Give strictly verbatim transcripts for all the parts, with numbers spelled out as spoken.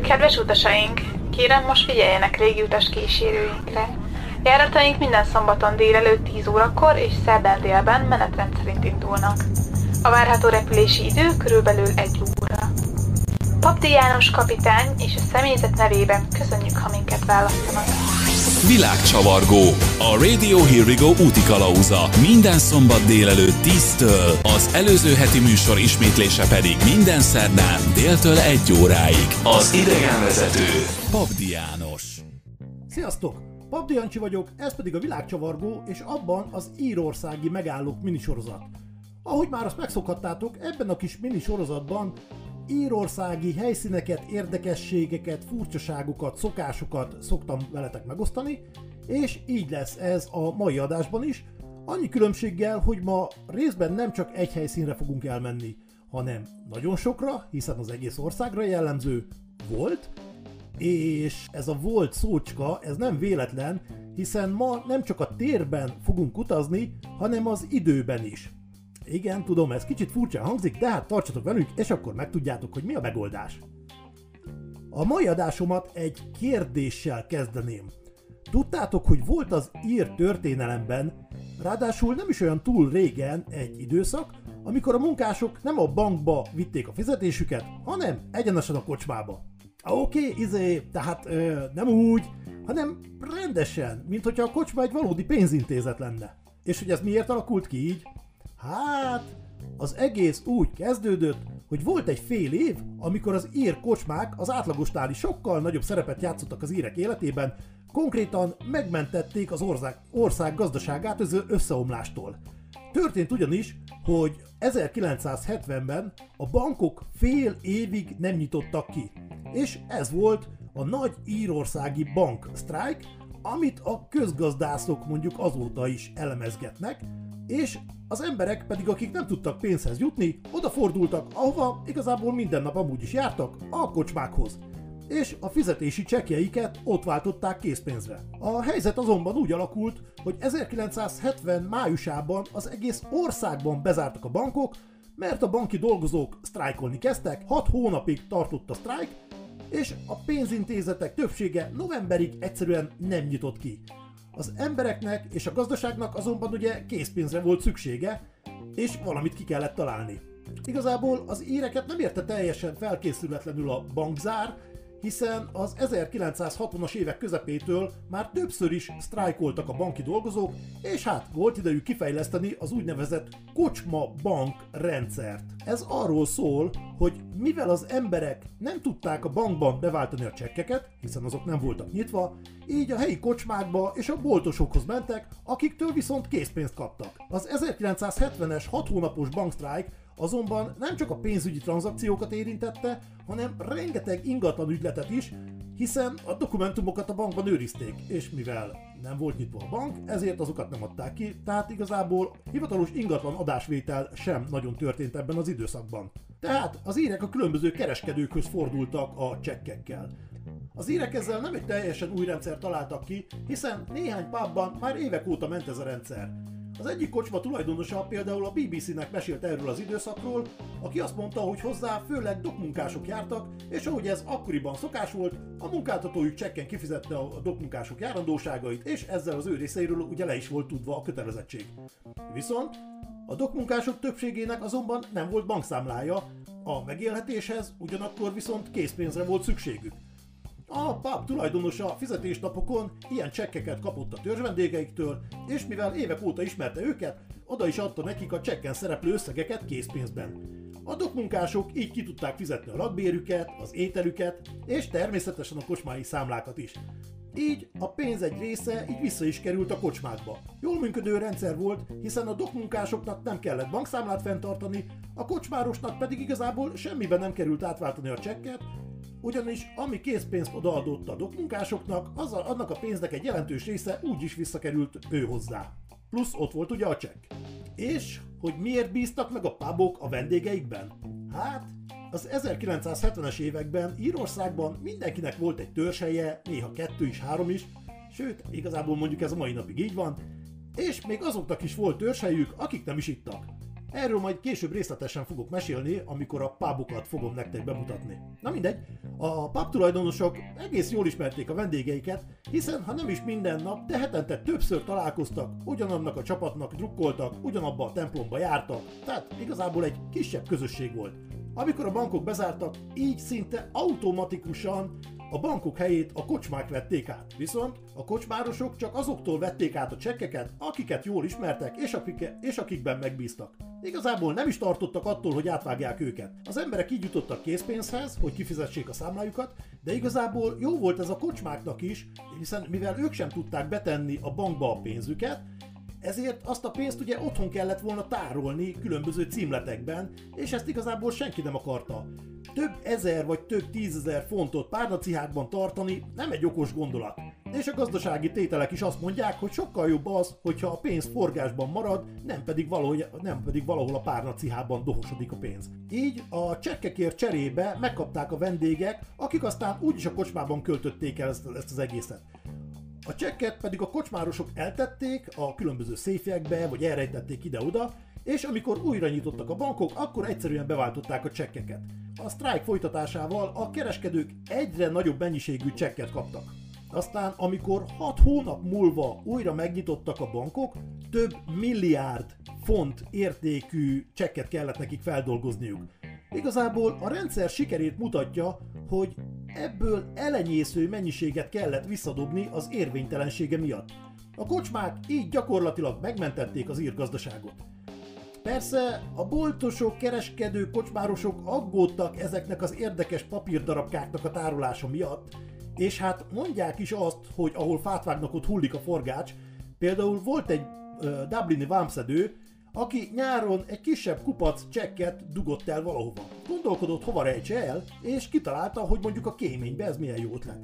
Kedves utasaink, kérem most figyeljenek légiutas kísérőinkre. Járataink minden szombaton délelőtt tíz órakor és szerdán délben menetrend szerint indulnak. A várható repülési idő körülbelül egy óra. Papdi János kapitány és a személyzet nevében köszönjük, ha minket választanak. Világcsavargó, a Radio Here We Go útikalauza minden szombat délelőtt tíztől, az előző heti műsor ismétlése pedig minden szerdán déltől egy óráig. Az idegenvezető Papdi János. Sziasztok! Papdi Jancsi vagyok, ez pedig a Világcsavargó, és abban az írországi megállók minisorozat. Ahogy már azt megszokhattátok, ebben a kis minisorozatban írországi helyszíneket, érdekességeket, furcsaságokat, szokásokat szoktam veletek megosztani, és így lesz ez a mai adásban is, annyi különbséggel, hogy ma részben nem csak egy helyszínre fogunk elmenni, hanem nagyon sokra, hiszen az egész országra jellemző volt, és ez a volt szócska, ez nem véletlen, hiszen ma nem csak a térben fogunk utazni, hanem az időben is. Igen, tudom, ez kicsit furcsán hangzik, de hát tartsatok velünk, és akkor megtudjátok, hogy mi a megoldás. A mai adásomat egy kérdéssel kezdeném. Tudtátok, hogy volt az ír történelemben, ráadásul nem is olyan túl régen egy időszak, amikor a munkások nem a bankba vitték a fizetésüket, hanem egyenesen a kocsmába. Oké, okay, izé, tehát ö, nem úgy, hanem rendesen, mint hogyha a kocsma egy valódi pénzintézet lenne. És hogy ez miért alakult ki így? Hát, az egész úgy kezdődött, hogy volt egy fél év, amikor az ír kocsmák az átlagosnál is sokkal nagyobb szerepet játszottak az írek életében, konkrétan megmentették az ország, ország gazdaságát az összeomlástól. Történt ugyanis, hogy ezerkilencszázhetvenben a bankok fél évig nem nyitottak ki, és ez volt a nagy írországi banksztrájk, amit a közgazdászok mondjuk azóta is elemezgetnek, és az emberek pedig, akik nem tudtak pénzhez jutni, odafordultak, ahova igazából minden nap amúgy is jártak, a kocsmákhoz. És a fizetési csekkjeiket ott váltották készpénzre. A helyzet azonban úgy alakult, hogy ezerkilencszázhetven májusában az egész országban bezártak a bankok, mert a banki dolgozók sztrájkolni kezdtek, hat hónapig tartott a sztrájk, és a pénzintézetek többsége novemberig egyszerűen nem nyitott ki. Az embereknek és a gazdaságnak azonban ugye készpénzre volt szüksége, és valamit ki kellett találni. Igazából az íreket nem érte teljesen felkészületlenül a bankzár, hiszen az ezerkilencszázhatvanas évek közepétől már többször is sztrájkoltak a banki dolgozók, és hát volt idejük kifejleszteni az úgynevezett kocsma-bank rendszert. Ez arról szól, hogy mivel az emberek nem tudták a bankban beváltani a csekkeket, hiszen azok nem voltak nyitva, így a helyi kocsmákba és a boltosokhoz mentek, akiktől viszont készpénzt kaptak. Az ezerkilencszázhetvenes hat hónapos banksztrájk azonban nem csak a pénzügyi tranzakciókat érintette, hanem rengeteg ingatlan ügyletet is, hiszen a dokumentumokat a bankban őrizték, és mivel nem volt nyitva a bank, ezért azokat nem adták ki, tehát igazából hivatalos ingatlan adásvétel sem nagyon történt ebben az időszakban. Tehát az írek a különböző kereskedőkhöz fordultak a csekkekkel. Az írek ezzel nem egy teljesen új rendszert találtak ki, hiszen néhány pubban már évek óta ment ez a rendszer. Az egyik kocsma tulajdonosa például a bé bé cé-nek mesélt erről az időszakról, aki azt mondta, hogy hozzá főleg dokmunkások jártak, és ahogy ez akkoriban szokás volt, a munkáltatójuk csekken kifizette a dokmunkások járandóságait, és ezzel az ő részeiről ugye le is volt tudva a kötelezettség. Viszont a dokmunkások többségének azonban nem volt bankszámlája, a megélhetéshez ugyanakkor viszont készpénzre volt szükségük. A pub tulajdonosa fizetésnapokon ilyen csekkeket kapott a törzsvendégeiktől, és mivel évek óta ismerte őket, oda is adta nekik a csekken szereplő összegeket készpénzben. A dokmunkások így ki tudták fizetni a lakbérüket, az ételüket, és természetesen a kocsmai számlákat is. Így a pénz egy része így vissza is került a kocsmákba. Jól működő rendszer volt, hiszen a dokmunkásoknak nem kellett bankszámlát fenntartani, a kocsmárosnak pedig igazából semmiben nem került átváltani a csekket, ugyanis ami készpénzt odaadott a dokmunkásoknak, az a, annak a pénznek egy jelentős része úgyis visszakerült ő hozzá. Plusz ott volt ugye a csekk. És hogy miért bíztak meg a pubok a vendégeikben? Hát, az ezerkilencszázhetvenes években Írországban mindenkinek volt egy törzshelye, néha kettő is, három is, sőt, igazából mondjuk ez a mai napig így van, és még azoknak is volt törzshelyük, akik nem is ittak. Erről majd később részletesen fogok mesélni, amikor a pubokat fogom nektek bemutatni. Na mindegy, a pub tulajdonosok egész jól ismerték a vendégeiket, hiszen ha nem is minden nap, de hetente többször találkoztak, ugyanannak a csapatnak drukkoltak, ugyanabba a templomba jártak, tehát igazából egy kisebb közösség volt. Amikor a bankok bezártak, így szinte automatikusan a bankok helyét a kocsmák vették át. Viszont a kocsmárosok csak azoktól vették át a csekkeket, akiket jól ismertek és, akik, és akikben megbíztak. Igazából nem is tartottak attól, hogy átvágják őket. Az emberek így jutottak készpénzhez, hogy kifizessék a számlájukat, de igazából jó volt ez a kocsmáknak is, hiszen mivel ők sem tudták betenni a bankba a pénzüket, ezért azt a pénzt ugye otthon kellett volna tárolni különböző címletekben, és ezt igazából senki nem akarta. Több ezer vagy több tízezer fontot párnacihákban tartani nem egy okos gondolat. És a gazdasági tételek is azt mondják, hogy sokkal jobb az, hogyha a pénz forgásban marad, nem pedig valahol, nem pedig valahol a párnacihában dohosodik a pénz. Így a csekkekért cserébe megkapták a vendégek, akik aztán úgyis a kocsmában költötték el ezt, ezt az egészet. A csekket pedig a kocsmárosok eltették a különböző széfekbe, vagy elrejtették ide-oda, és amikor újra nyitottak a bankok, akkor egyszerűen beváltották a csekkeket. A sztrájk folytatásával a kereskedők egyre nagyobb mennyiségű csekket kaptak. Aztán, amikor hat hónap múlva újra megnyitottak a bankok, több milliárd font értékű csekket kellett nekik feldolgozniuk. Igazából a rendszer sikerét mutatja, hogy ebből elenyésző mennyiséget kellett visszadobni az érvénytelensége miatt. A kocsmák így gyakorlatilag megmentették az ír gazdaságot. Persze a boltosok, kereskedők, kocsmárosok aggódtak ezeknek az érdekes papírdarabkáknak a tárolása miatt, és hát mondják is azt, hogy ahol fát vágnak, ott hullik a forgács. Például volt egy uh, dublini vámszedő, aki nyáron egy kisebb kupac csekket dugott el valahova. Gondolkodott, hova rejtse el, és kitalálta, hogy mondjuk a kéménybe ez milyen jó ötlet.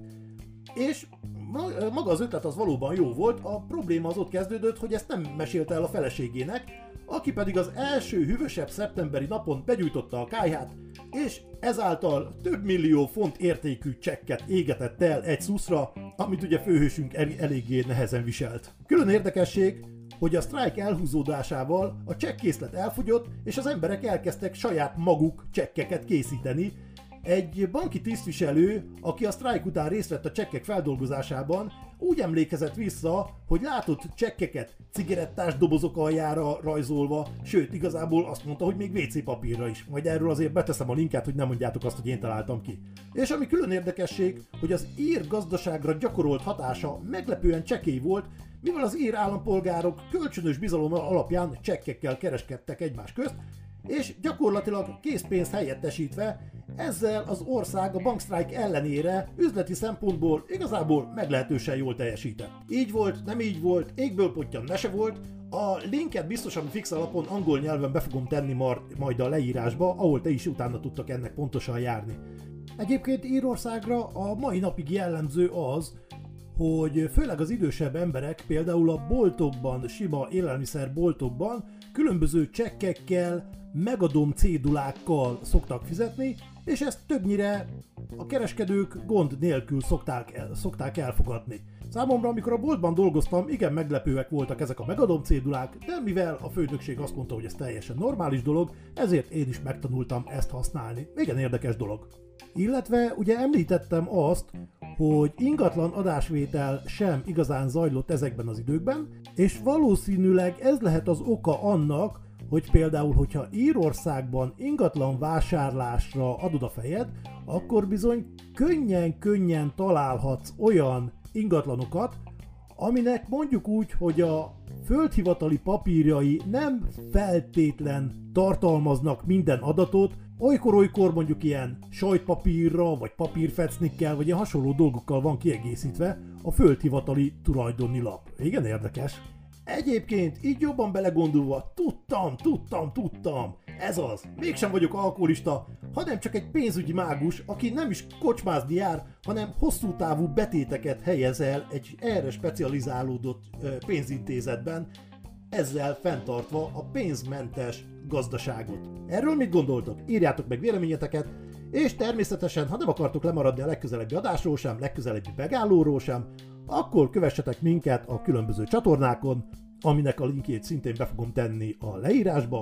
És maga az ötlet az valóban jó volt, a probléma az ott kezdődött, hogy ezt nem mesélte el a feleségének, aki pedig az első hűvösebb szeptemberi napon begyújtotta a kályhát, és ezáltal több millió font értékű csekket égetett el egy szuszra, amit ugye főhősünk el- eléggé nehezen viselt. Külön érdekesség, hogy a sztrájk elhúzódásával a csekkészlet elfogyott, és az emberek elkezdtek saját maguk csekkeket készíteni. Egy banki tisztviselő, aki a sztrájk után részt vett a csekkek feldolgozásában, úgy emlékezett vissza, hogy látott csekkeket cigarettás dobozok aljára rajzolva, sőt, igazából azt mondta, hogy még vé cé papírra is. Majd erről azért beteszem a linket, hogy nem mondjátok azt, hogy én találtam ki. És ami külön érdekesség, hogy az ír gazdaságra gyakorolt hatása meglepően csekély volt, mivel az ír állampolgárok kölcsönös bizalom alapján csekkekkel kereskedtek egymás közt, és gyakorlatilag készpénzt helyettesítve ezzel az ország a banksztrájk ellenére üzleti szempontból igazából meglehetősen jól teljesített. Így volt, nem így volt, égből pottyan mese volt, a linket biztosan fix alapon angol nyelven be fogom tenni majd a leírásba, ahol te is utána tudtak ennek pontosan járni. Egyébként Írországra a mai napig jellemző az, hogy főleg az idősebb emberek például a boltokban, sima élelmiszerboltokban különböző csekkekkel, megadom cédulákkal szoktak fizetni, és ezt többnyire a kereskedők gond nélkül szokták, el, szokták elfogadni. Számomra, amikor a boltban dolgoztam, igen meglepőek voltak ezek a megadom cédulák, de mivel a főnökség azt mondta, hogy ez teljesen normális dolog, ezért én is megtanultam ezt használni. Igen érdekes dolog. Illetve ugye említettem azt, hogy ingatlan adásvétel sem igazán zajlott ezekben az időkben, és valószínűleg ez lehet az oka annak, hogy például, hogyha Írországban ingatlan vásárlásra adod a fejed, akkor bizony könnyen-könnyen találhatsz olyan ingatlanokat, aminek mondjuk úgy, hogy a földhivatali papírjai nem feltétlen tartalmaznak minden adatot, olykor-olykor mondjuk ilyen sajtpapírra, vagy papírfecnikkel, vagy ilyen hasonló dolgokkal van kiegészítve a földhivatali tulajdoni lap. Igen érdekes. Egyébként, így jobban belegondolva, tudtam, tudtam, tudtam, ez az, mégsem vagyok alkoholista, hanem csak egy pénzügyi mágus, aki nem is kocsmázni jár, hanem hosszú távú betéteket helyez el egy erre specializálódott pénzintézetben, ezzel fenntartva a pénzmentes gazdaságot. Erről mit gondoltok? Írjátok meg véleményeteket, és természetesen, ha nem akartok lemaradni a legközelebbi adásról sem, legközelebbi megállóról sem, akkor kövessetek minket a különböző csatornákon, aminek a linkjét szintén be fogom tenni a leírásba,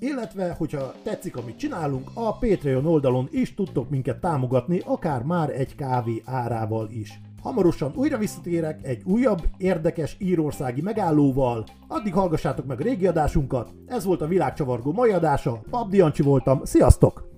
Illetve, hogyha tetszik, amit csinálunk, a Patreon oldalon is tudtok minket támogatni, akár már egy kávé árával is. Hamarosan újra visszatérek egy újabb, érdekes írországi megállóval. Addig hallgassátok meg a régi adásunkat. Ez volt a Világcsavargó mai adása. Pabdi Jancsi voltam. Sziasztok!